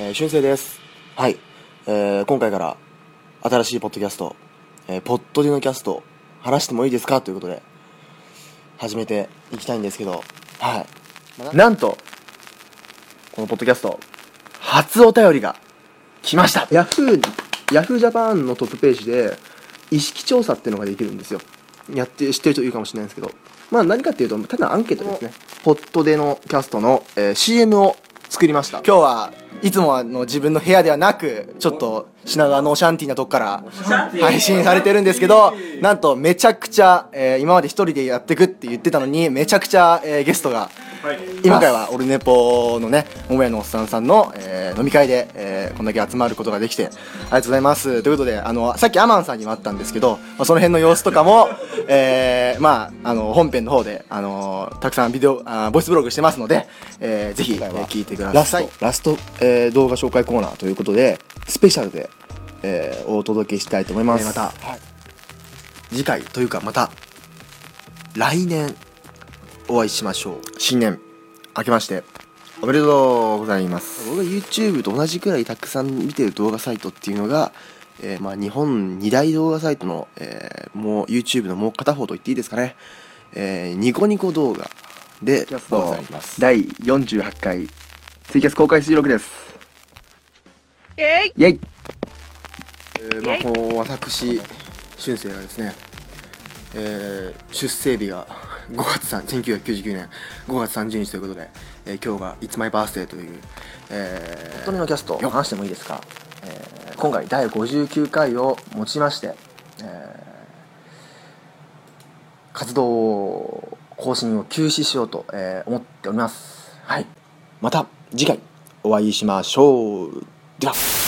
俊生です。はい、今回から新しいポッドキャスト、ポッドでのキャスト話してもいいですかということで始めていきたいんですけど、はい、なんとこのポッドキャスト初お便りが来ました。ヤフージャパンのトップページで意識調査っていうのができるんですよ。知ってる人いるかもしれないんですけど、何かっていうとただアンケートですね。ポッドでのキャストの、CM を作りました。 今日はいつもの自分の部屋ではなく、ちょっと品川のオシャンティーなとこから配信されてるんですけど、なんとめちゃくちゃ、今まで一人でやってくって言ってたのにめちゃくちゃ、ゲストが、今回はオルネポのね桃屋のおっさんさんの、飲み会で、こんだけ集まることができてありがとうございます。ということでさっきアマンさんにもあったんですけど、その辺の様子とかも、本編の方で、たくさんボイスブログしてますので、ぜひ、聞いてください。 ラスト、動画紹介コーナーということでスペシャルで、お届けしたいと思います。 また、 次回というかまた来年お会いしましょう。新年明けましておめでとうございます。僕が YouTube と同じくらいたくさん見てる動画サイトっていうのが、日本2大動画サイトの、もう YouTube のもう片方と言っていいですかね、ニコニコ動画でございます。 第48回ツイキャス公開収録です。イェイ。 この私俊生がですね、出生日が1999年5月30日ということで、今日が It's my birthday という、 本当にのキャスト話してもいいですか。今回第59回をもちまして、活動更新を休止しようと、思っております。はい、 また次回お会いしましょう。では。